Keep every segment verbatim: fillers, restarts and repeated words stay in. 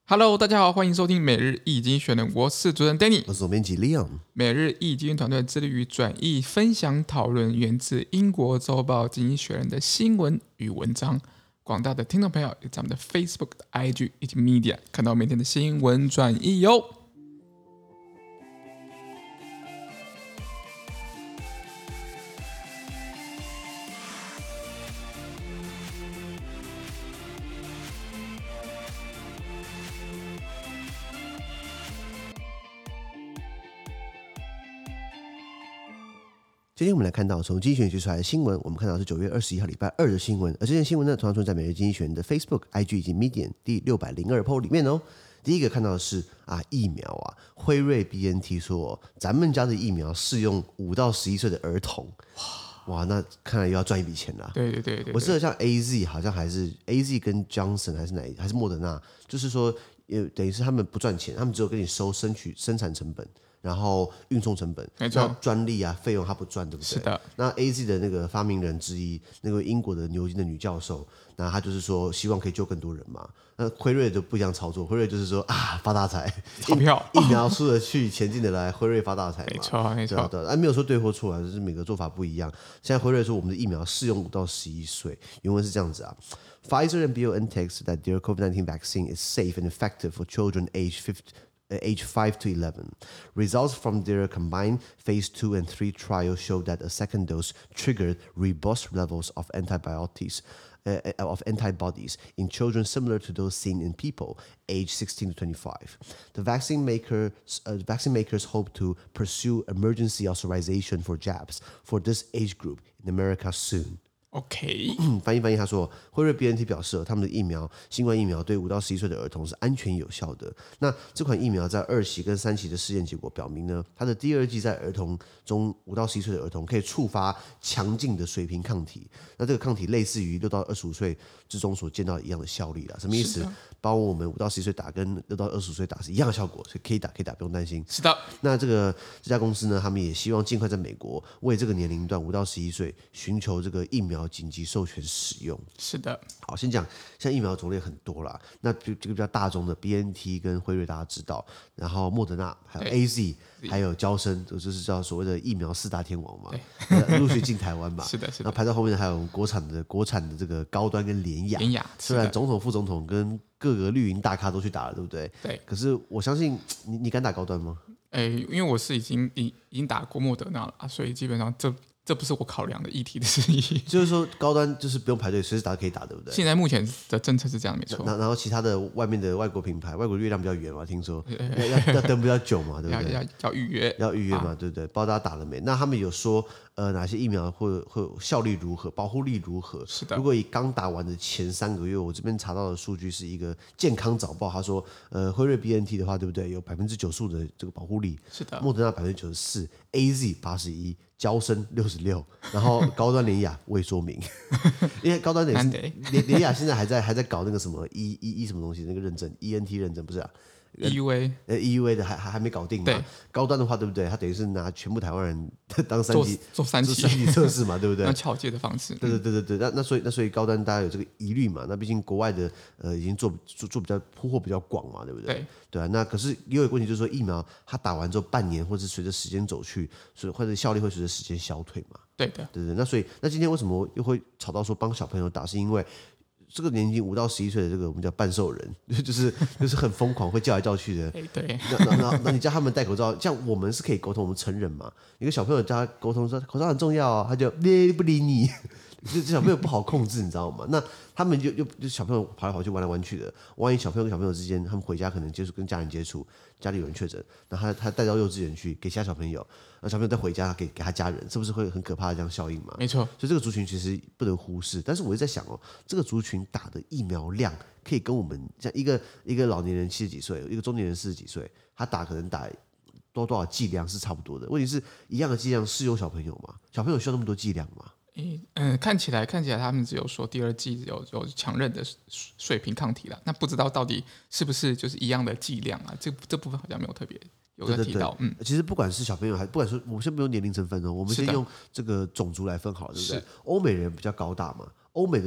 Hello， 大家好，欢迎收听每日易经选人，我是主持人 Danny， 我是总编辑 Leon。 每日易经团队致力于转译、分享、讨论源自英国周报《经济学人》的新闻与文章。广大的听众朋友，也在我们的 Facebook、I G 以及 Media 看到每天的新闻转译哟。 今天我们来看到从经济学人写出来的新闻，我们看到是九月二十一号礼拜二的新闻，而这件新闻呢，同样出现在每日经济学人的 Facebook、I G 以及 Medium 第六百零二 po 里面哦。第一个看到的是啊，疫苗啊，辉瑞 B N T 说，咱们家的疫苗适用五到十一岁的儿童。哇，那看来又要赚一笔钱啦。 对对对 对, 对， 我记得像 A Z 好像还是 A Z 跟 Johnson 还是哪还是莫德纳，就是说，等于是他们不赚钱，他们只有跟你收生取生产成本。然后运送成本， 没错， 专利啊费用他不赚，对不对？ 是的。 那 A Z 的那个发明人之一，那个英国的牛津的女教授，那他就是说希望可以救更多人嘛。那辉瑞就不一样操作，辉瑞就是说啊发大财， 钞票疫苗出得去，钱进得来，辉瑞发大财嘛。 没错没错， 对啊对啊，没有说对或错啊，就是每个做法不一样。现在辉瑞说我们的疫苗适用五到十一岁，原文是这样子啊。Pfizer and BioNTech said that their COVID nineteen vaccine is safe and effective for children aged fifty. Age five to eleven. Results from their combined phase two and three trials showed that a second dose triggered robust levels of antibiotics, uh, of antibodies in children similar to those seen in people aged sixteen to twenty-five. The vaccine makers, uh, vaccine makers hope to pursue emergency authorization for jabs for this age group in America soon.OK， 翻译翻译，他说，辉瑞 B N T 表示，他们的疫苗，新冠疫苗对五到十一岁的儿童是安全有效的。那这款疫苗在二期跟三期的试验结果表明呢，它的第二剂在儿童中五到十一岁的儿童可以触发强劲的水平抗体。那这个抗体类似于六到二十五岁之中所见到一样的效力啦。什么意思？包括我们五到十一岁打跟六到二十五岁打是一样的效果，所以可以打可以打，不用担心。 是的。 那这个这家公司呢，他们也希望尽快在美国为这个年龄段五到十一岁寻求这个疫苗紧急授权使用。 是的。 好，先讲，像疫苗种类很多啦，那就这个比较大宗的 B N T 跟辉瑞大家知道，然后莫德纳还有 A Z 还有嬌生，就是叫所谓的疫苗四大天王嘛，陆续进台湾嘛。 是的，是的。 那排到后面还有国产的国产的这个高端跟联雅， 联雅虽然总统、副总统跟各个绿营大咖都去打了，对不对？ 对。 可是我相信你，你敢打高端吗？ 诶，因为我是已经已已经打过莫德纳了，所以基本上这。这不是我考量的议题之一， 就是说高端就是不用排队，随时打可以打，对不对？ 现在目前的政策是这样，没错。 然后其他的外面的外国品牌，外国月亮比较圆嘛，听说要要要等比较久嘛，对不对？ 要要要预约， 要预约嘛，啊、对不对？不知道大家打了没？那他们有说，呃，哪些疫苗会会效率如何，保护力如何？ 是的。 如果以刚打完的前三个月，我这边查到的数据是一个健康早报，他说，呃，辉瑞 B N T 的话，对不对？有百分之九十五的这个保护力， 是的。 莫德纳百分之九十四 ，A Z 八十一。嬌生六十六，然后高端联雅未说明，因为高端联联联雅现在还在还在搞那个什么 E E E 什么东西那个认证 E N T 认证不是啊 ？E U A 呃 E U A 的还还还没搞定嘛？ 对， 高端的话对不对？他等于是拿全部台湾人当三级做三级三级测试嘛，对不对？ 用巧借的方式。 对对对对对，那那所以那所以高端大家有这个疑虑嘛？那毕竟国外的呃已经做做做比较铺货比较广嘛，对不对？ 对。 对啊，那可是也有一个问题，就是说疫苗它打完之后半年，或者随着时间走去，所以或者效力会随着时间消退嘛？ 对的， 对对。那所以那今天为什么又会吵到说帮小朋友打？是因为这个年纪五到十一岁的这个我们叫半兽人，就是就是很疯狂，会叫来叫去的。 对。 那那那那你叫他们戴口罩，像我们是可以沟通，我们成人嘛，一个小朋友叫他沟通说口罩很重要、哦，他就理不理你。这小朋友不好控制，你知道吗？那他们就就就小朋友跑来跑去、玩来玩去的。万一小朋友跟小朋友之间，他们回家可能接触跟家人接触，家里有人确诊，然后他他带到幼稚园去给其他小朋友，那小朋友再回家给给他家人，是不是会很可怕的这样效应嘛？ 没错。 所以这个族群其实不能忽视。但是我一直在想哦，这个族群打的疫苗量可以跟我们像一个一个老年人七十几岁，一个中年人四十几岁，他打可能打多多少剂量是差不多的。问题是一样的剂量适用小朋友吗？小朋友需要那么多剂量吗？ 嗯、呃，看起来看起来他们只有说第二剂有有强韧的水平抗体了，那不知道到底是不是就是一样的剂量啊？这这部分好像没有特别有在提到。 对对对，嗯，其实不管是小朋友还不管说，我们先不用年龄成分哦，我们先用这个种族来分好了，对不对？欧美人比较高大嘛，欧美的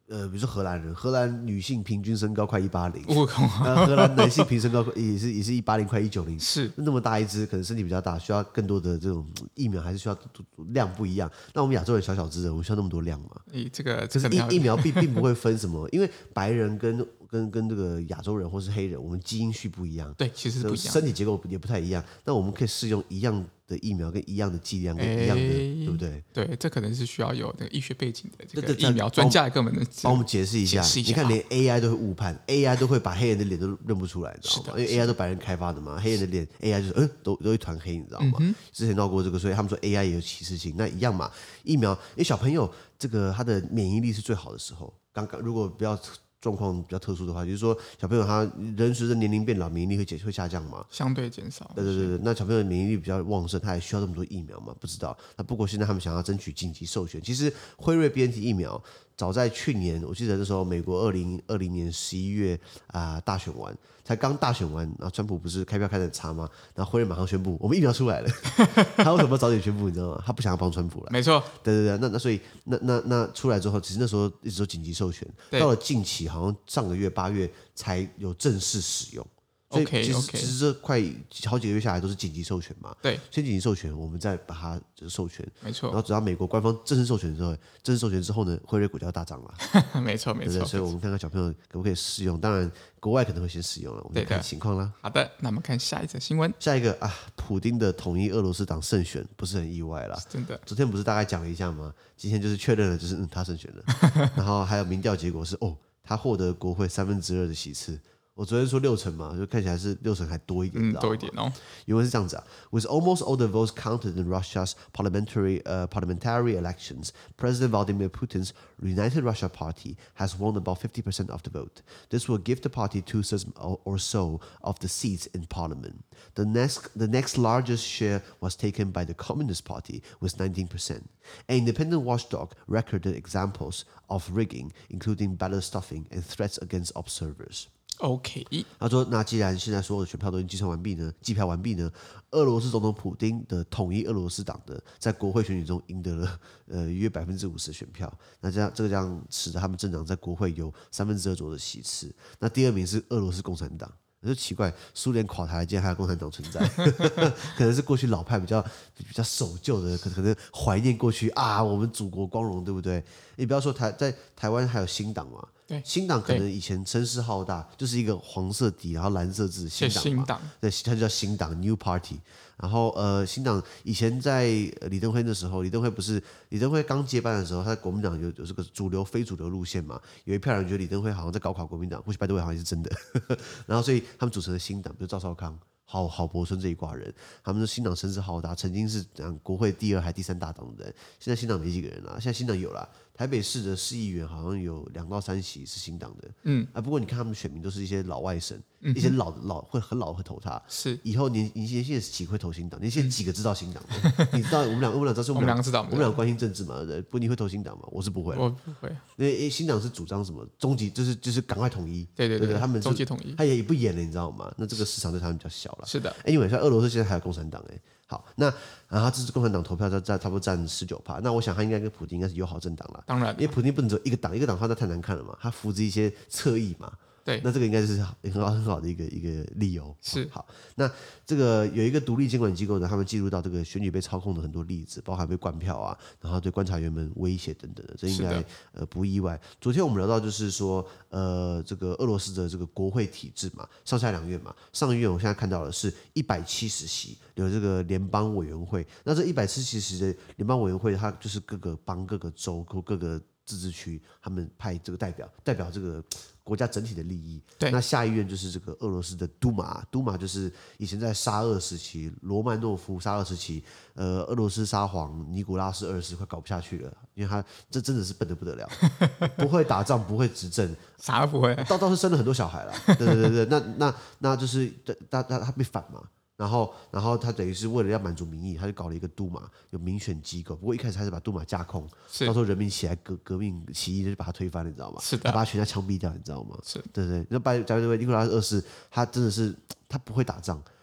呃，比如说荷兰人，荷兰女性平均身高快一八零， 我靠， 呃，荷兰男性平均身高也是也是一八零快一九零， 是那么大一只，可能身体比较大，需要更多的这种疫苗，还是需要量不一样。那我们亚洲人小小只的，我们需要那么多量吗？ 你这个可是疫疫苗并并不会分什么，因为白人跟跟跟这个亚洲人或是黑人，我们基因序不一样， 对，其实是不一样， 身体结构也不太一样。那我们可以适用一样的疫苗跟一样的剂量跟一样的， 欸、 对不对？ 对，这可能是需要有那个医学背景的这对对个疫苗专家来跟我们帮我们解释一下。 解释一下你看，连 A I 都会误判，A I 都会把黑人的脸都认不出来，你知道吗？ 是的因为 A I 都白人开发的嘛，黑人的脸 A I 就是嗯，都都一团黑，你知道吗？ 嗯、 之前闹过这个，所以他们说 A I 也有歧视性。那一样嘛，疫苗，因为小朋友这个他的免疫力是最好的时候，刚刚如果不要。状况比较特殊的话，就是说小朋友他人随着年龄变老，免疫力会减会下降嘛， 相对减少。 对对对对，那小朋友免疫力比较旺盛，他还需要这么多疫苗吗？不知道。那不过现在他们想要争取紧急授权，其实辉瑞 B N T 疫苗早在去年，我记得那时候美国二零二零年十一月啊、呃、大选完，才刚大选完，然后川普不是开票开得差吗？然后辉瑞马上宣布我们疫苗出来了，他为什么要早点宣布？你知道吗？他不想要帮川普了。 没错， 对对对，那那所以那那那出来之后，其实那时候一直都紧急授权，到了近期好像上个月八月才有正式使用。所以其实 OK OK， 其实这快好几个月下来都是紧急授权嘛， 对， 先紧急授权，我们再把它就是授权， 没错。 然后直到美国官方正式授权之后，正式授权之后呢，辉瑞股价大涨了， 没错没错。 所以我们看看小朋友可不可以试用，当然国外可能会先使用了，我们看情况啦。 好的，那我们看下一则新闻。 下一个啊，普丁的统一俄罗斯党胜选，不是很意外啦， 真的。 昨天不是大概讲了一下吗？今天就是确认了，就是嗯他胜选了，然后还有民调结果是哦，他获得国会三分之二的席次。我昨天说六成嘛，就看起来是六成还多一点， 嗯，多一点哦。 原文是这样子啊 ，With almost all the votes counted in Russia's parliamentary uh, parliamentary elections, President Vladimir Putin's United Russia Party has won about fifty percent of the vote. This will give the party two-thirds or so of the seats in parliament. The next, the next largest share was taken by the Communist Party with nineteen percent. An independent watchdog recorded examples of rigging, including ballot stuffing and threats against observers. OK， 他说：“那既然现在所有的选票都已经计算完毕呢，计票完毕呢，俄罗斯总统普丁的统一俄罗斯党的在国会选举中赢得了呃约百分之五十选票，那这样这个这样使得他们政党在国会有三分之二左右的席次。那第二名是俄罗斯共产党。”就奇怪，苏联垮台，竟然还有共产党存在，可能是过去老派比较比较守旧的，可可能怀念过去啊，我们祖国光荣，对不对？你不要说台在台湾还有新党嘛， 对， 新党可能以前声势浩大，就是一个黄色底，然后蓝色字新党嘛， 新党对，它就叫新党 New Party。然后呃，新党以前在李登辉那时候，李登辉不是李登辉刚接班的时候，他在国民党有有这个主流非主流路线嘛，有一票人觉得李登辉好像在搞垮国民党，或许拜登会好像也是真的，然后所以他们组成了新党，比如赵少康。郝郝柏村这一挂人，他们的新党声势浩大，曾经是讲国会第二还第三大党的人，现在新党没几个人了，现在新党有了，台北市的市议员好像有两到三席是新党的，嗯啊，不过你看他们选民都是一些老外省，嗯、一些老老会很老会投他， 是以后年年轻人几个会投新党，年轻人几个知道新党的？你知道我们俩我们俩知道是我们俩知道， 我们俩关心政治嘛？对，不，你会投新党吗？我是不会， 我不会， 因为新党是主张什么终极，就是就是赶快统一， 对对对， 他们终极统一， 他也不演了，你知道吗？那这个市场对他们比较小了。 是的 ，anyway， 像俄罗斯现在还有共产党哎，好，那然后他支持共产党投票在在差不多占十九趴，那我想他应该跟普丁应该是友好政党了， 当然， 因为普丁不能只有一个党，一个党的话那太难看了嘛，他扶植一些侧翼嘛。 对， 那这个应该是很好很好的一个一个理由。 是好，那这个有一个独立监管机构呢，他们记录到这个选举被操控的很多例子，包含被灌票啊，然后对观察员们威胁等等的，这应该呃不意外。昨天我们聊到就是说，呃，这个俄罗斯的这个国会体制嘛，上下两院嘛，上议院我现在看到的是一百七十席，有这个联邦委员会，那这一百七十席的联邦委员会，它就是各个邦、各个州、各个自治区，他们派这个代表，代表这个国家整体的利益。 对， 那下议院就是这个俄罗斯的杜马，杜马就是以前在沙俄时期，罗曼诺夫沙俄时期，呃，俄罗斯沙皇尼古拉斯二世快搞不下去了，因为他这真的是笨得不得了，不会打仗，不会执政， 啥都不会， 倒倒是生了很多小孩了。对对对对，那那那就是他他他被反嘛。然后，然后他等于是为了要满足民意，他就搞了一个杜马，有民选机构。不过一开始还是把杜马架空，到时候人民起来革革命起义，就把他推翻了，你知道吗？ 是的， 他把他全家枪毙掉，你知道吗？ 是， 对对。那拜假如尼古拉斯二世，他真的是他不会打仗，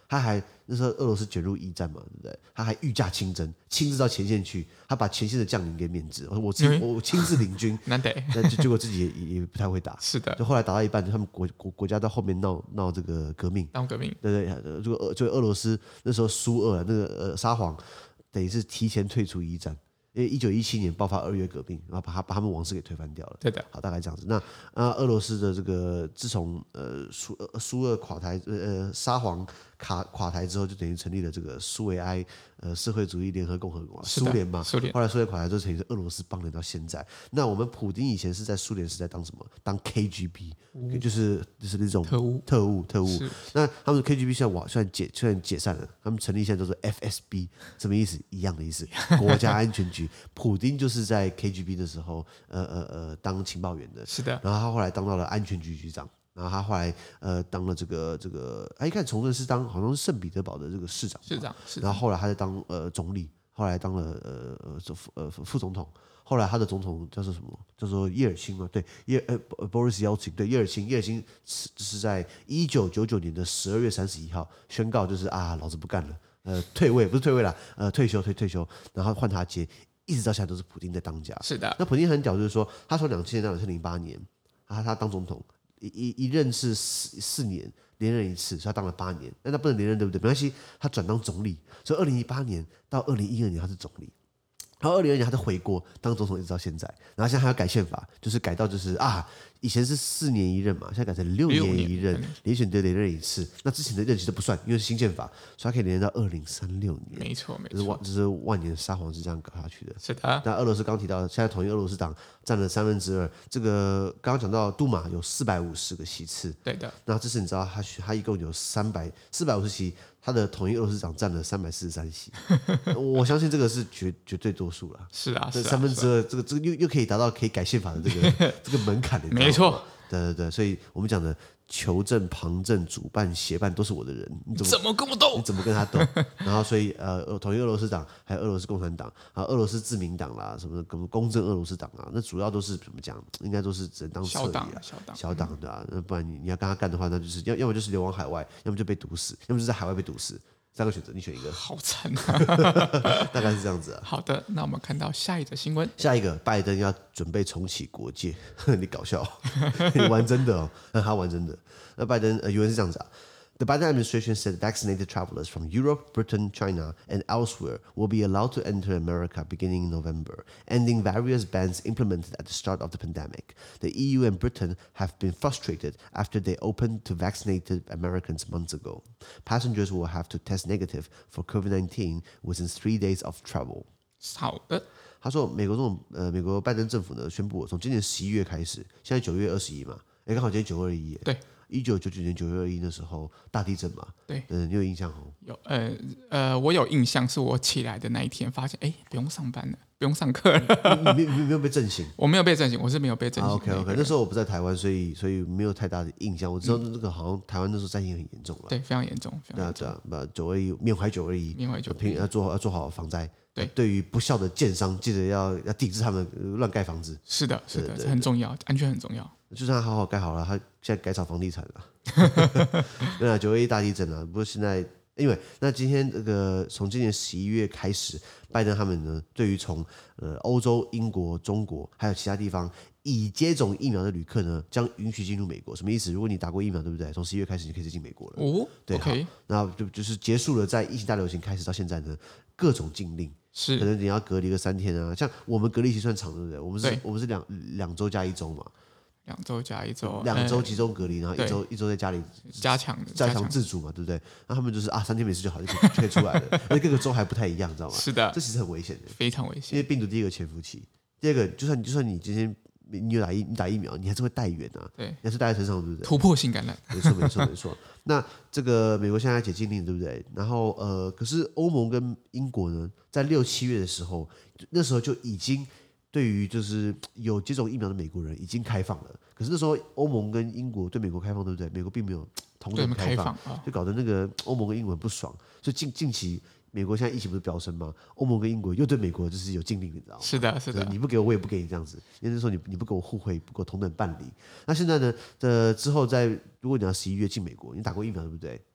他还那时候俄罗斯卷入一战嘛，对不对？他还御驾亲征，亲自到前线去，他把前线的将领给免职，我亲、嗯、我亲自领军， 难得， 但结果自己 也, 也不太会打， 是的， 就后来打到一半，他们国国国家在后面闹闹这个革命， 闹革命， 对对，这个俄就俄罗斯那时候苏俄那个呃沙皇等于是提前退出一战。因为一九一七年爆发二月革命，然后把他把他们王室给推翻掉了。 对的， 好，大概这样子。那呃，俄罗斯的这个自从呃苏呃苏俄垮台，呃呃沙皇垮垮台之后，就等于成立了这个苏维埃呃社会主义联合共和国，苏联嘛。 苏联。 后来苏联垮台之后，成立是俄罗斯邦联到现在。那我们普丁以前是在苏联时代当什么？当 K G B，、嗯、就是就是那种特务特务特务。那他们的 K G B 现在瓦虽然解虽然解散了，他们成立现在叫做 F S B， 什么意思？一样的意思，国家安全局。普丁就是在 K G B 的时候，呃呃呃，当情报员的， 是的。 然后他后来当到了安全局局长，然后他后来呃当了这个这个，他一开始从政是当好像是圣彼得堡的这个市长， 市长， 然后后来他在当呃总理，后来当了呃呃呃副总统，后来他的总统叫做什么？叫做叶尔钦嘛，对，叶呃 Boris Yeltsin， 对，叶尔钦，叶尔钦是在一九九九年的十二月三十一号宣告，就是啊，老子不干了。呃，退位不是退位了，呃，退休退退休，然后换他接，一直到现在都是普丁在当家。 是的， 那普丁很屌，就是说他从两千年到两千零八年，他他当总统，一一一任是四四年，连任一次，所以他当了八年。那他不能连任，对不对？没关系，他转当总理，所以二零一八年到二零一二年他是总理。然后二零二年他就回国当总统，一直到现在。然后现在还要改宪法，就是改到就是啊，以前是四年一任嘛，现在改成六年一任，连选得连任一次。那之前的任期都不算，因为是新宪法，所以他可以连任到二零三六年。 没错，没错，就是万就是万年沙皇是这样搞下去的。 是的。 那俄罗斯刚提到，现在统一俄罗斯党占了三分之二。这个刚刚讲到杜马有四百五十个席次， 对的。 那这次你知道他他一共有三百四百五十席。他的统一俄罗斯党占了三百四十三席，我相信这个是绝绝对多数了。 是啊， 这三分之二，这个这个又又可以达到可以改宪法的这个这个门槛， 没错。 对对对，所以我们讲的求证、旁证、主办、协办都是我的人，你怎么怎么跟我斗？ 你怎么跟他斗？然后所以呃，统一俄罗斯党，还有俄罗斯共产党，还有俄罗斯自民党啦，什么什么公正俄罗斯党啊，那主要都是怎么讲？应该都是只能当侧翼啊， 小党， 小党对吧？那不然你你要跟他干的话，那就是要要么就是流亡海外，要么就被毒死，要么就在海外被毒死。三个选择，你选一个。 好惨啊！ 大概是这样子啊。 好的，那我们看到下一则新闻。 下一个，拜登要准备重启国界，你搞笑，你玩真的哦，他玩真的。那拜登呃，原文是这样子啊。The Biden administration said vaccinated travelers from Europe, Britain, China, and elsewhere will be allowed to enter America beginning in November, ending various bans implemented at the start of the pandemic. The E U and Britain have been frustrated after they opened to vaccinated Americans months ago. Passengers will have to test negative for COVID nineteen within three days of travel. 好的。 他说，美国这种呃，美国拜登政府呢宣布，从今年十一月开始，现在九月二十一嘛，哎，刚好今天九二一。 对。 一九九九年九月二一那时候大地震嘛， 对， 嗯，你有印象哦？ 有，呃呃，我有印象，是我起来的那一天，发现哎，不用上班了，不用上课了。 你你没有被震醒？ 我没有被震醒，我是没有被震醒。 OK OK， 那时候我不在台湾，所以所以没有太大的印象。我知道那个好像台湾那时候灾情很严重了， 对，非常严重。 对啊对啊，把九二一缅怀九二一， 缅怀九二一， 要做要做好防灾。 对， 对于不孝的建商，记得要要抵制他们乱盖房子。 是的，是的，很重要，安全很重要。 就算他好好盖好了，他现在改炒房地产了。对啊，九二一大地震啊，不过现在因为那今天这个从今年十一月开始，拜登他们呢对于从呃欧洲、英国、中国还有其他地方已接种疫苗的旅客呢，将允许进入美国。什么意思？如果你打过疫苗，对不对？从十一月开始，你可以进美国了。 哦， 对， okay. 那就就是结束了，在疫情大流行开始到现在呢，各种禁令。 是， 可能你要隔离个三天啊，像我们隔离期算长，对不对？我们是，我们是两两周加一周嘛， 两周加一周， 两周集中隔离，然后一周一周在家里加强加强自主嘛，对不对？那他们就是啊，三天没事就好，就可以就可以出来了，而且各个州还不太一样，你知道吗？ 是的， 这其实很危险的， 非常危险。 因为病毒第一个潜伏期，第二个就算就算你今天你有打疫你打疫苗，你还是会带源啊， 对， 你还是带在身上，对不对？ 突破性感染， 没错没错没错。那这个美国现在解禁令，对不对？然后呃，可是欧盟跟英国呢，在六七月的时候，那时候就已经对于就是有接种疫苗的美国人已经开放了。可是那时候欧盟跟英国对美国开放，对不对？美国并没有同等开放， 哦、 就搞得那个欧盟跟英国很不爽。所以近近期美国现在疫情不是飙升吗？欧盟跟英国又对美国就是有禁令，你知道吗？ 是的，是的， 你不给我，我也不给你这样子。也就是说你，你你不给我互惠，不给我同等办理。那现在呢？呃，之后在如果你要十一月进美国，你打过疫苗对不对？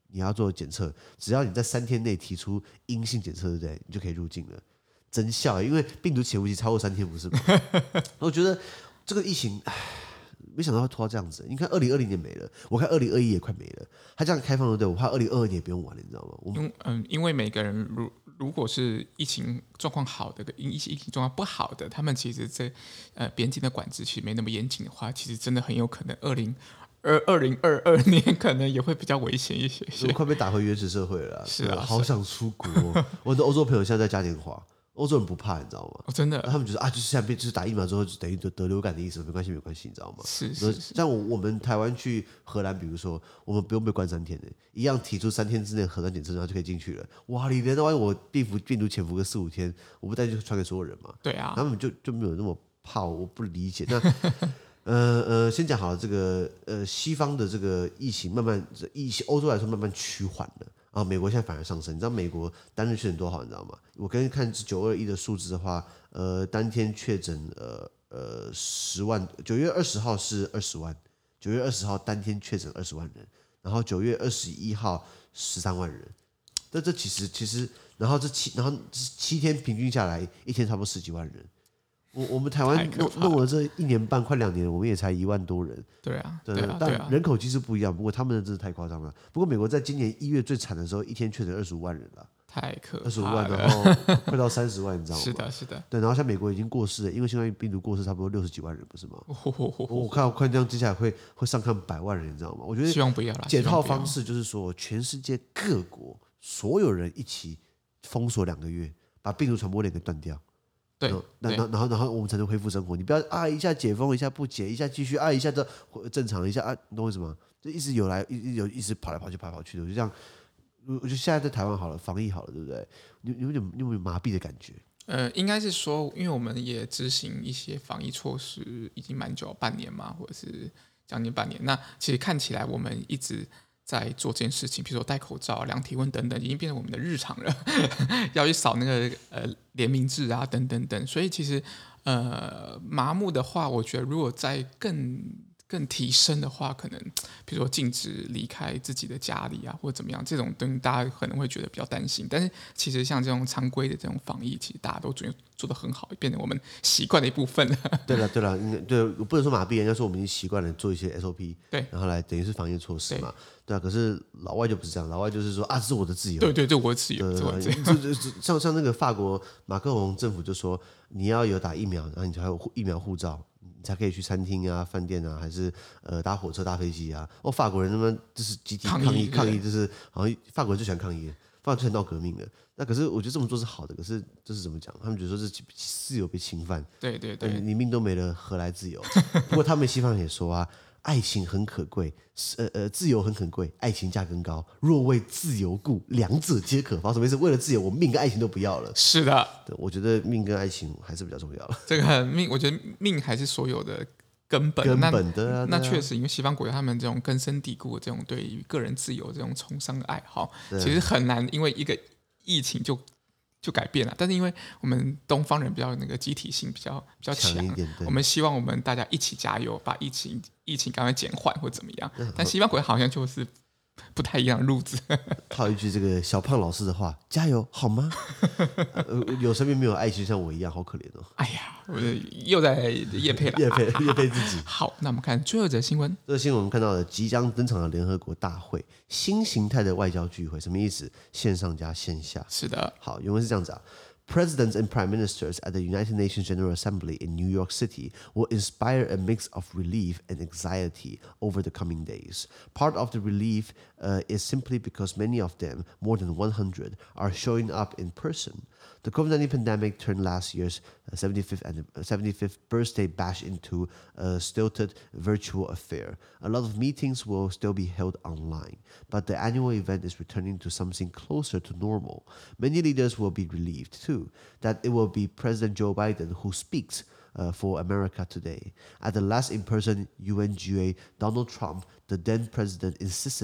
你要做检测，只要你在三天内提出阴性检测，对不对？你就可以入境了。真笑，因为病毒潜伏期超过三天，不是吗？我觉得这个疫情，唉，没想到会拖到这样子。你看，二零二零年没了，我看二零二一也快没了。他这样开放了，对我怕二零二二年也不用玩了，你知道吗？我因嗯，因为每个人如如果是疫情状况好的，跟疫疫情状况不好的，他们其实在呃边境的管制其实没那么严谨的话，其实真的很有可能二零二二零二二年可能也会比较危险一些些。 我快被打回原始社会了， 是啊， 好想出国、哦。我的欧洲朋友现在在嘉年华。欧洲人不怕，你知道吗？ 哦，真的， 他们觉得啊，就是现在被就是打疫苗之后，就等于得得流感的意思，没关系，没关系，你知道吗？ 是是是。 像我我们台湾去荷兰，比如说，我们不用被关三天的，一样提出三天之内核酸检测，然后就可以进去了。哇，你连万一我病毒病毒潜伏个四五天，我不带就传给所有人嘛？ 对啊， 他们就就没有那么怕，我不理解。那呃呃，先讲好了，这个呃西方的这个疫情慢慢，疫情欧洲来说慢慢趋缓了。啊，美国现在反而上升，你知道美国单日确诊多少？你知道吗？我跟看九二一的数字的话，呃，当天确诊呃呃十万，九月二十号是二十万，九月二十号单天确诊二十万人，然后九月二十一号十三万人，这这其实其实，然后这七然后七天平均下来，一天差不多十几万人。我我们台湾弄弄了这一年半快两年，我们也才一万多人。 对啊， 对啊， 但人口基数不一样，不过他们的真是太夸张了。不过美国在今年一月最惨的时候，一天确诊二十五万人了， 太可怕了， 二十五万，然后快到三十万，你知道吗？ 是的，是的。 对，然后像美国已经过世了，因为新冠病毒过世差不多六十几万人，不是吗？ 哦、 我看我看这样接下来会会上看百万人，你知道吗？我觉得希望不要啦。 解套方式就是说，全世界各国所有人一起封锁两个月，把病毒传播链给断掉。 对， 然后然后然后我们才能恢复生活。你不要啊一下解封，一下不解，一下继续啊一下就正常，一下啊，你懂我意思吗？就一直有来，一有一直跑来跑去，跑来跑去的，我就这样。我觉得现在在台湾好了，防疫好了，对不对？你你有点有没有麻痹的感觉？ 呃，应该是说，因为我们也执行一些防疫措施已经蛮久，半年嘛，或者是将近半年。那其实看起来我们一直在做这件事情，比如说戴口罩、量体温等等，已经变成我们的日常了。要去扫那个呃联名制啊，等等等。所以其实呃麻木的话，我觉得如果再更更提升的话，可能比如说禁止离开自己的家里啊，或者怎么样，这种东西大家可能会觉得比较担心。但是其实像这种常规的这种防疫，其实大家都做做得很好，变成我们习惯的一部分了。 对了对了，对，我不能说麻痹，应该说我们已经习惯了做一些 S O P， 对， 然后来等于是防疫措施嘛。对啊，可是老外就不是这样，老外就是说啊，这是我的自由。 对对，这我的自由，这我的自由。 像像那个法国马克龙政府就说，你要有打疫苗，然后你才有疫苗护照。你才可以去餐厅啊、饭店啊，还是呃搭火车、搭飞机啊？哦，法国人他们就是集体抗议，抗议就是好像法国人最喜欢抗议，法国最喜欢闹革命了。那可是我觉得这么做是好的，可是这是怎么讲？他们觉得说是自由被侵犯， 对对对， 你命都没了，何来自由？不过他们西方人也说啊，爱情很可贵，呃呃，自由很可贵，爱情价更高。若为自由故，两者皆可抛。什么意思？为了自由，我命跟爱情都不要了。 是的， 对，我觉得命跟爱情还是比较重要了。 这个命，我觉得命还是所有的根本。 根本的、啊， 那确实，因为西方国家他们这种根深蒂固的这种对于个人自由这种崇尚的爱好，其实很难因为一个疫情就。就改变了，但是因为我们东方人比较那个集体性比较比较强， 一点， 我们希望我们大家一起加油，把疫情疫情赶快减缓或怎么样。但西方国家好像就是不太一样的路子。 套一句这个小胖老师的话：“加油，好吗？”呃、有身边没有爱情，像我一样，好可怜哦。 哎呀，我又在业配了， 业配业配自己。 好，那我们看最后一则新闻。 这个新闻我们看到了即将登场的联合国大会，新形态的外交聚会，什么意思？线上加线下。 是的。 好，原文是这样子啊。Presidents and prime ministers at the United Nations General Assembly in New York City will inspire a mix of relief and anxiety over the coming days. Part of the relief uh, is simply because many of them, more than one hundred, are showing up in person. The COVID nineteen pandemic turned last year's seventy-fifth, and, uh, seventy-fifth birthday bash into a stilted virtual affair. A lot of meetings will still be held online, but the annual event is returning to something closer to normal. Many leaders will be relieved, too, that it will be President Joe Biden who speaks uh, for America today. At the last in-person U N G A, Donald Trump, the then president, insisted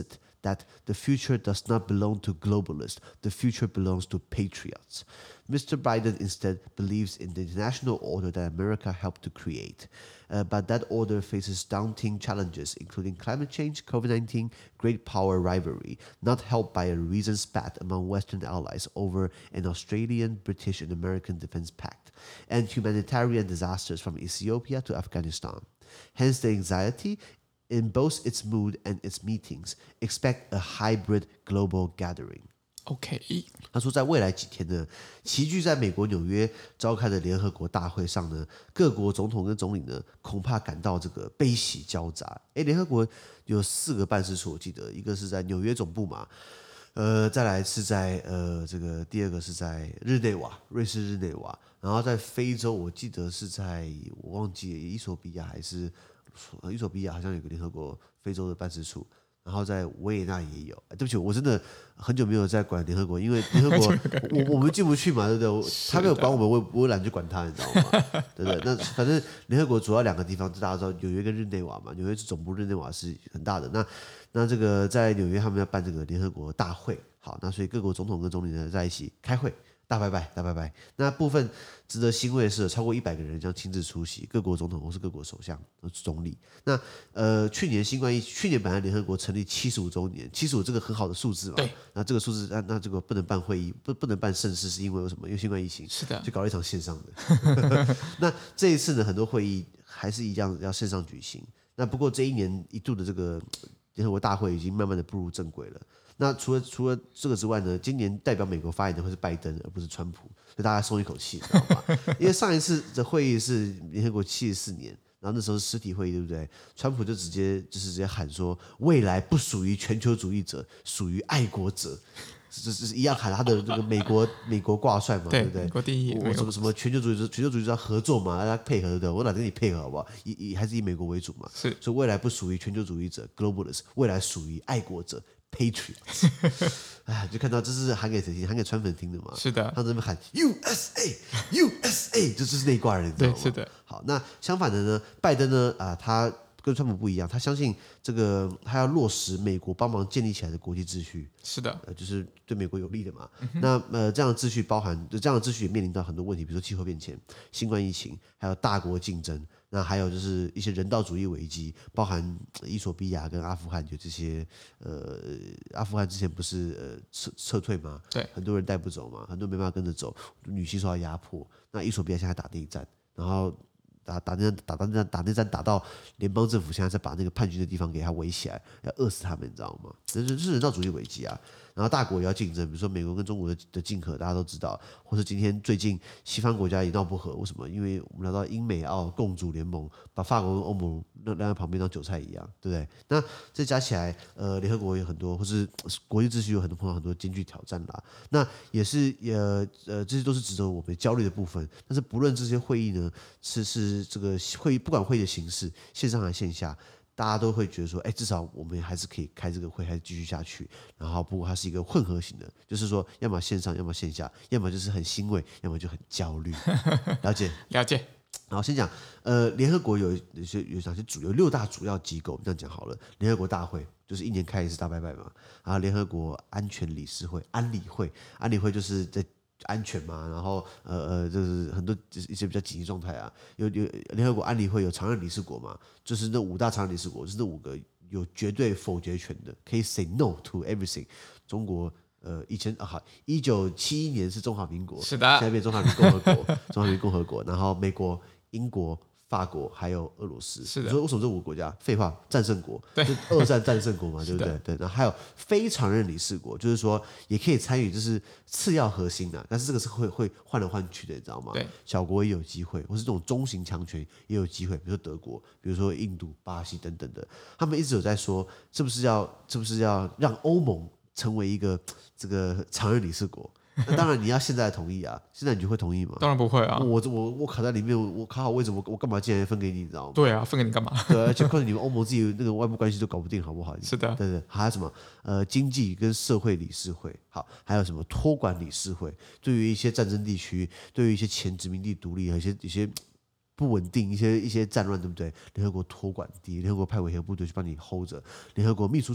that the future does not belong to globalists, the future belongs to patriots. Mister Biden instead believes in the international order that America helped to create. Uh, but that order faces daunting challenges, including climate change, COVID nineteen, great power rivalry, not helped by a recent spat among Western allies over an Australian, British, and American defense pact, and humanitarian disasters from Ethiopia to Afghanistan. Hence the anxiety in both its mood and its meetings. Expect a hybrid global gathering. OK， 他说，在未来几天呢，齐聚在美国纽约召开的联合国大会上呢，各国总统跟总理呢，恐怕感到这个悲喜交杂。诶，联合国有四个办事处，我记得一个是在纽约总部嘛，呃，再来是在呃这个第二个是在日内瓦，瑞士日内瓦，然后在非洲，我记得是在我忘记了伊索比亚还是伊索比亚，好像有个联合国非洲的办事处。然后在维也纳也有，对不起，我真的很久没有在管联合国，因为联合国我我们进不去嘛，对不对？他没有管我们，我我也懒得去管他，你知道吗？对不对？那反正联合国主要两个地方，大家知道纽约跟日内瓦嘛，纽约总部，日内瓦是很大的。那那这个在纽约他们要办这个联合国大会，好，那所以各国总统跟总理呢在一起开会。大拜拜，大拜拜。那部分值得欣慰的是，有超过一百个人将亲自出席，各国总统或是各国首相、总理。那呃，去年新冠疫，去年本来联合国成立七十五周年，七十五这个很好的数字嘛。 对。 那这个数字，那那这个不能办会议，不不能办盛事，是因为为什么？因为新冠疫情。 是的。 就搞了一场线上的。那这一次呢，很多会议还是一样要线上举行。那不过这一年一度的这个联合国大会已经慢慢的步入正轨了。那除了除了这个之外呢，今年代表美国发言的会是拜登，而不是川普，所以大家松一口气，知道吗？因为上一次的会议是联合国七十四年，然后那时候是实体会议，对不对？川普就直接就是直接喊说，未来不属于全球主义者，属于爱国者。这是一样喊他的这个美国美国挂帅嘛，对不对？ 美国第一， 我什么什么全球主义者，全球主义者要合作嘛，大家配合对不对？我懒得跟你配合好不好？以以还是以美国为主嘛。 是， 所以未来不属于全球主义者 （globalists），未来属于爱国者。Patriots， 哎，就看到这是喊给谁听？喊给川粉听的嘛？ 是的， 他这边喊 U S A，U S A， 这就是那一挂人，你知道吗？ 对，是的。 好，那相反的呢，拜登呢，啊、呃，他跟川普不一样，他相信这个，他要落实美国帮忙建立起来的国际秩序。 是的， 呃，就是对美国有利的嘛。嗯、那呃，这样的秩序包含，这样的秩序也面临到很多问题，比如说气候变迁、新冠疫情，还有大国竞争。那还有就是一些人道主义危机，包含伊索比亚跟阿富汗有这些，呃，阿富汗之前不是呃撤撤退吗？ 对， 很多人带不走嘛，很多人没办法跟着走，女性受到压迫。那伊索比亚现在打内战，然后打打内战打打内战打内战打到联邦政府现在在把那个叛军的地方给他围起来，要饿死他们，你知道吗？这是人道主义危机啊。然后大国也要竞争，比如说美国跟中国的的竞合，大家都知道，或是今天最近西方国家也闹不和，为什么？因为我们聊到英美澳共主联盟，把法国跟欧盟扔在旁边当韭菜一样，对不对？那这加起来，呃，联合国有很多，或是国际秩序有很多碰到很多艰巨挑战啦。那也是呃呃，这些都是值得我们焦虑的部分。但是不论这些会议呢，是是这个会议，不管会议的形式，线上还是线下。大家都会觉得说，哎，至少我们还是可以开这个会，还是继续下去。然后，不过它是一个混合型的，就是说，要么线上，要么线下，要么就是很欣慰，要么就很焦虑。了解， 了解。 好，先讲，呃，联合国有有些有哪些主有六大主要机构，这样讲好了。联合国大会就是一年开一次大拜拜嘛，然后联合国安全理事会安理会，安理会就是在。安全嘛，然后呃呃，就是很多一些比较紧急状态啊，有有联合国安理会有常任理事国嘛，就是那五大常任理事国，就是那五个有绝对否决权的，可以 say no to everything。中国呃以前啊好，一九七一年是中华民国， 是的， 现在变中华民共和国，中华民共和国，然后美国、英国。法国还有俄罗斯， 是的。 你说为什么这五个国家？废话，战胜国， 对， 二战战胜国嘛，对不对？对，然后还有非常任理事国，就是说也可以参与，就是次要核心的，但是这个是会会换来换去的，你知道吗？ 对， 小国也有机会，或是这种中型强权也有机会，比如说德国，比如说印度、巴西等等的，他们一直有在说，是不是要是不是要让欧盟成为一个这个常任理事国？那当然你要现在同意啊，现在你就会同意吗？ 当然不会啊， 我我我卡在里面，我卡好位置，我我干嘛进来分给你，你知道吗？ 对啊，分给你干嘛？ 对，而且告诉你们欧盟自己那个外部关系都搞不定，好不好？ 是的， 对对，还有什么呃经济跟社会理事会，好，还有什么托管理事会，对于一些战争地区，对于一些前殖民地独立和一些一些不稳定、一些一些战乱，对不对？联合国托管地，联合国派维和部队去帮你 hold 着，联合国秘书处。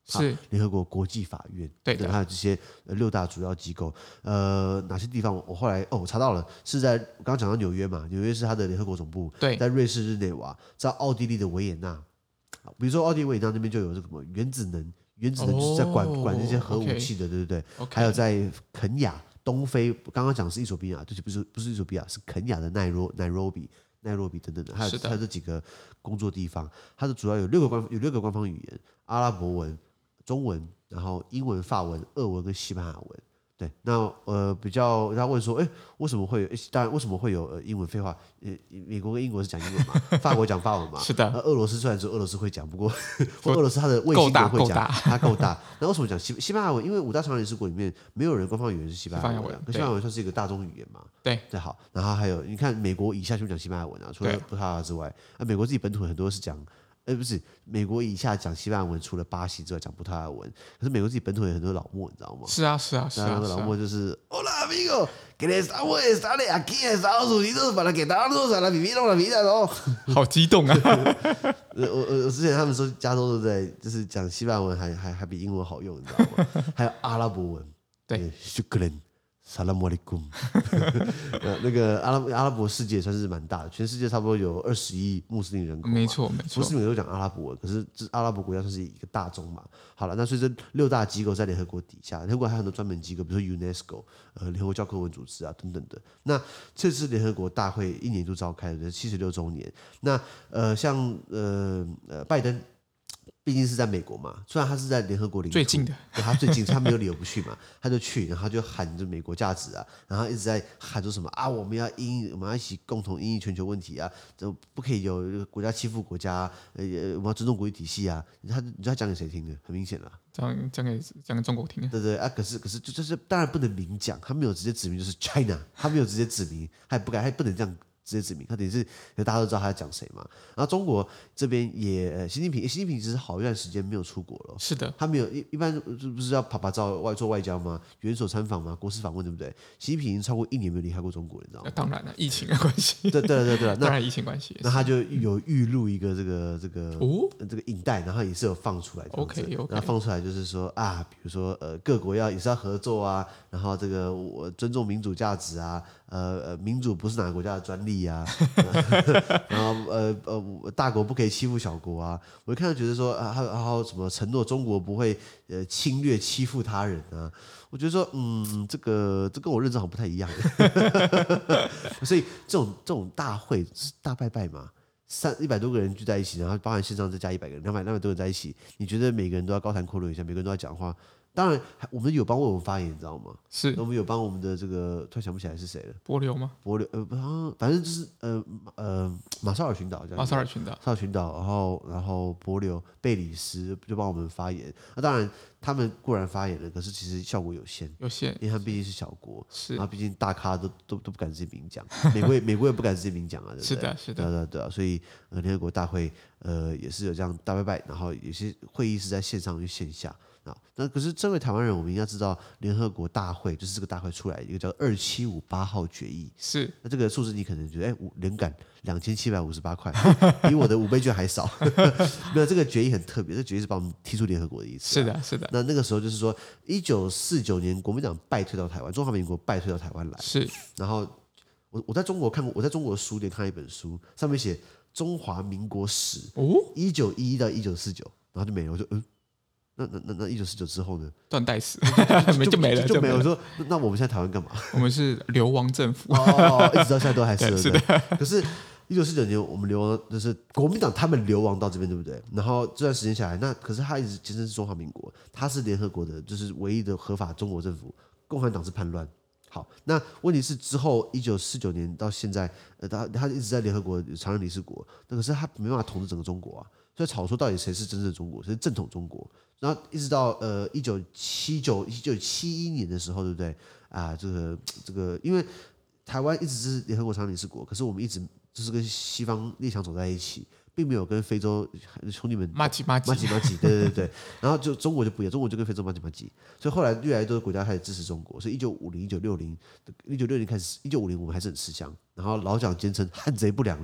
是联合国国际法院， 对的， 还有这些六大主要机构。呃，哪些地方我后来哦我查到了，是在我刚刚讲到纽约嘛，纽约是它的联合国总部， 对， 在瑞士日内瓦，在奥地利的维也纳。比如说奥地利维也纳那边就有这个什么原子能，原子能就是在管、 哦、 管这些核武器的， okay, 对不对？ okay, 还有在肯亚、东非，刚刚讲是伊索比亚，对不是不是伊索比亚，是肯亚的奈罗奈罗比、奈罗比等等的，还有还有这几个工作地方，它的主要有六个官有六个官方语言：阿拉伯文、中文，然后英文、法文、俄文跟西班牙文。对，那呃比较，他问说，哎，为什么会有？当然，为什么会有呃英文？废话，呃，美国跟英国是讲英文嘛，法国讲法文嘛， 是的。 俄罗斯虽然说俄罗斯会讲，不过俄罗斯它的卫星都会讲，它够大。那为什么讲西西班牙文？因为五大常任理事国里面没有人官方语言是西班牙文，可西班牙文算是一个大众语言嘛。 对， 对，好。然后还有，你看美国以下就讲西班牙文啊，除了葡萄牙之外，那美国自己本土很多是讲。呃，不是，美国以下讲西班牙文，除了巴西之外讲葡萄牙文。可是美国自己本土有很多老墨，你知道吗？ 是啊，是啊，是啊。 那个老墨就是 ，Hola amigo, que estamos estamos aquí en Estados Unidos para que darnos a la vivir la vida， 哦， 好激动啊！ 我我我之前他们说加州对不对？就是讲西班牙文还还还比英文好用，你知道吗？还有阿拉伯文， 对 ，Shukran。萨拉姆阿里贡，那个阿拉阿拉伯世界算是蛮大的，全世界差不多有二十亿穆斯林人口， 没错没错， 不是每个都讲阿拉伯文，可是这阿拉伯国家算是一个大宗嘛。好了，那所以这六大机构在联合国底下，联合国还有很多专门机构，比如说 UNESCO， 呃，联合国教科文组织啊等等的。那这次联合国大会一年一度召开的七十六周年，那呃像呃呃拜登。毕竟是在美国嘛，虽然他是在联合国领土最近的， 对他最近，他没有理由不去嘛，他就去，然后就喊着美国价值啊，然后一直在喊说什么啊，我们要因我们要一起共同因应全球问题啊，就不可以有国家欺负国家，呃，我们要尊重国际体系啊。他你知道讲给谁听的？很明显了， 讲讲给讲给中国听的。 对对啊，可是可是就就是当然不能明讲，他没有直接指明就是 China， 他没有直接指明，他也不敢，他也不能这样。直接指明，他等于是大家都知道他在讲谁嘛。然后中国这边也，习近平，习近平其实好一段时间没有出国了。 是的， 他没有一一般不是要拍拍照外做外交吗？元首参访吗？国事访问对不对？习近平已经超过一年没有离开过中国了，你知道吗？ 当然了，疫情的关系。 对对对对，那当然疫情关系。 那他就有预录一个这个这个哦这个影带，然后也是有放出来。 OK OK。 然后放出来就是说啊，比如说呃各国要也是要合作啊，然后这个我尊重民主价值啊。呃，民主不是哪个国家的专利啊，然后呃呃，大国不可以欺负小国啊。我一看到觉得说啊，还有还有什么承诺中国不会呃侵略欺负他人啊？我觉得说，嗯，这个这跟我认知好像不太一样。所以这种这种大会是大拜拜嘛，三一百多个人聚在一起，然后包含线上再加一百个人，两百两百多人在一起，你觉得每个人都要高谈阔论一下，每个人都要讲话？当然，我们有帮为我们发言，你知道吗？ 是， 我们有帮我们的这个，突然想不起来是谁了。 帛琉吗？ 帛琉，呃，反正就是呃呃马绍尔群岛， 马绍尔群岛， 马绍尔群岛，然后然后帛琉、贝里斯就帮我们发言。那当然，他们固然发言了，可是其实效果有限， 有限， 因为他们毕竟是小国， 是， 然后毕竟大咖都都都不敢直接明讲，美国美国也不敢直接明讲啊，对不对？ 是的，是的， 对对对啊，所以呃，联合国大会呃也是有这样大拜拜，然后有些会议是在线上与线下。啊，那可是身为台湾人，我们应该知道联合国大会就是这个大会出来一个叫二七五八号决议。 是， 那这个数字你可能觉得，哎，人感两千七百五十八块，比我的五倍券还少。没有，这个决议很特别，这个决议是把我们踢出联合国的意思。 是的，是的。 那那个时候就是说，一九四九年国民党败退到台湾，中华民国败退到台湾来。 是， 然后我我在中国看过，我在中国的书店看了一本书，上面写中华民国史，哦，一九一一到一九四九，然后就没了，我就嗯。那那那那一九四九之后呢？ 断代史就就没了， 就没了。我说，那我们现在台湾干嘛？ 我们是流亡政府哦，一直到现在都还是是的。 可是，一九四九年我们流亡，就是国民党他们流亡到这边，对不对？然后这段时间下来，那可是他一直坚称是中华民国，他是联合国的，就是唯一的合法中国政府。共产党是叛乱。好，那问题是之后一九四九年到现在，呃，他他一直在联合国常任理事国，那可是他没办法统治整个中国啊。所以吵说到底谁是真正的中国，谁是正统中国？然后一直到呃一九七九一九七一年的时候，对不对啊？这个这个，因为台湾一直是联合国常任理事国，可是我们一直就是跟西方列强走在一起，并没有跟非洲兄弟们麻吉麻吉麻吉麻吉，对对对对。然后就中国就不一样，中国就跟非洲麻吉麻吉，所以后来越来越多的国家开始支持中国。所以一九五零、一九六零、一九六零开始，一九五零我们还是很吃香。然后老蒋坚称汉贼不两立。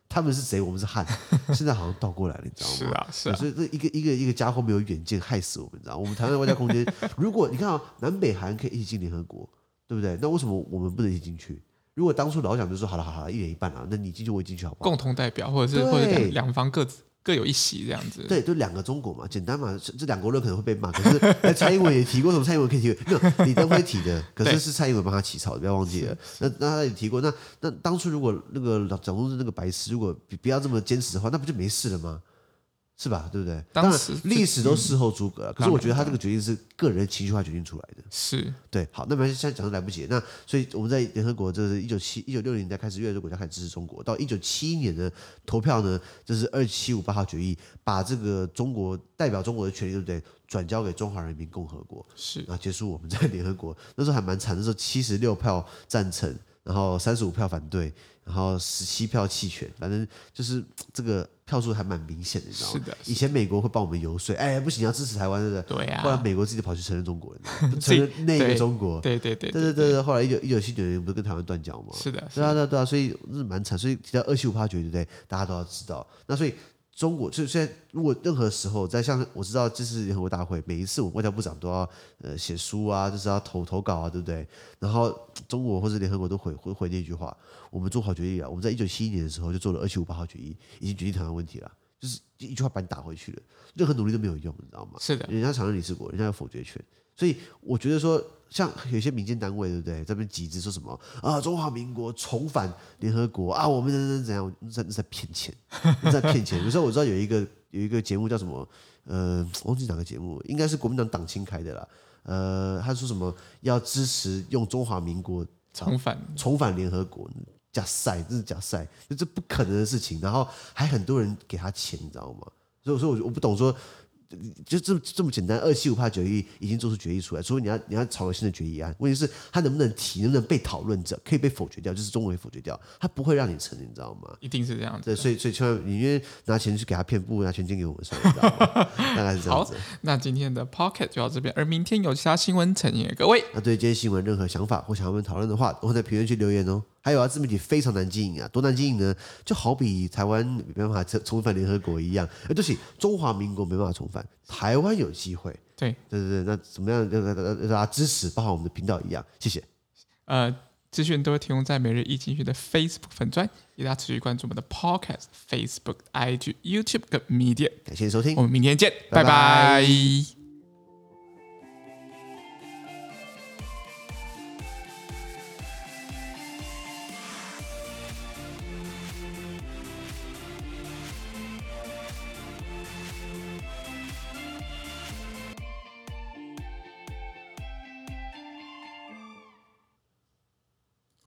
他们是贼，我们是汉，现在好像倒过来了，你知道吗？ 是啊，是啊， 所以这一个一个一个家伙没有远见，害死我们，你知道吗？我们台湾的外交空间，如果你看啊、哦，南北韩可以一起进联合国，对不对？那为什么我们不能一起进去？如果当初老蒋就说好了好了，一人一半啊，那你进去我也进去好不好？ 共同代表或者是或者两两方各自各有一席这样子。 对，就两个中国嘛，简单嘛，这两国论可能会被骂，可是哎蔡英文也提过，什么蔡英文可以提过？没有，李登辉提的，可是是蔡英文帮他起草的，不要忘记了。那那他也提过，那那当初如果那个蒋中正那个白痴，如果不要这么坚持的话，那不就没事了吗？是吧？对不对？当然，历史都事后诸葛了。可是我觉得他这个决定是个人情绪化决定出来的。 是对。好，那么现在讲的来不及了。那所以我们在联合国，这是一九七一九六零年代开始，越来越多国家开始支持中国。到一九七一年的投票呢，这是二七五八号决议，把这个中国代表中国的权利，对不对？转交给中华人民共和国。 是。 然后结束我们在联合国那时候还蛮惨，那时候七十六票赞成，然后三十五票反对。然后十七票弃权，反正就是这个票数还蛮明显的，你知道吗？ 是的。 以前美国会帮我们游说，哎，不行，要支持台湾，对不对？对啊。 后来美国自己跑去承认中国人，承认那个中国。 对对对对对对对。后来一九一九七九年不是跟台湾断交吗？ 是的。 对啊对啊对啊，所以是蛮惨。所以提到二七五趴决，对不对？大家都要知道。那所以。中国就现在，如果任何时候在像我知道，这是联合国大会，每一次我们外交部长都要呃写书啊，就是要投投稿啊，对不对？然后中国或者联合国都回回回那句话，我们做好决议了。我们在一九七一年的时候就做了二七五八号决议，已经决定台湾问题了，就是一句话把你打回去了，任何努力都没有用，你知道吗？ 是的， 人家常任理事国，人家有否决权，所以我觉得说。像有些民间单位，对不对？在那边集资说什么啊？中华民国重返联合国啊？我们怎怎怎样？在在骗钱，在骗钱。有时候我知道有一个有一个节目叫什么？呃，我忘记哪个节目，应该是国民党党青开的啦。呃，他说什么要支持用中华民国重返重返联合国？假赛，这是假赛，就这不可能的事情。然后还很多人给他钱，你知道吗？所以我说我我不懂说。就这么这么简单，二七五趴决议已经做出决议出来，除非你要你要炒个新的决议案，问题是它能不能提，能不能被讨论者，可以被否决掉，就是中国会否决掉，它不会让你成，你知道吗？ 一定是这样子。 对，所以所以千万你因为拿钱去给他骗，不如拿钱捐给我们算了，你知道吗？大概是这样子。 好，那今天的 Pocket 就到这边，而明天有其他新闻呈现给各位。 那对今天新闻任何想法或想要我们讨论的话，都会在评论区留言哦。还有啊，自媒体非常难经营啊，多难经营呢？就好比台湾没办法重返联合国一样，呃，对不起，中华民国没办法重返，台湾有机会。 对对对对，那怎么样让大家支持，包括我们的频道一样，谢谢。 呃，资讯都会提供在每日一经济的 Facebook 粉专，也大家持续关注我们的 Podcast、Facebook、I G、YouTube 跟 Media。 感谢收听， 我们明天见， 拜拜。 拜拜。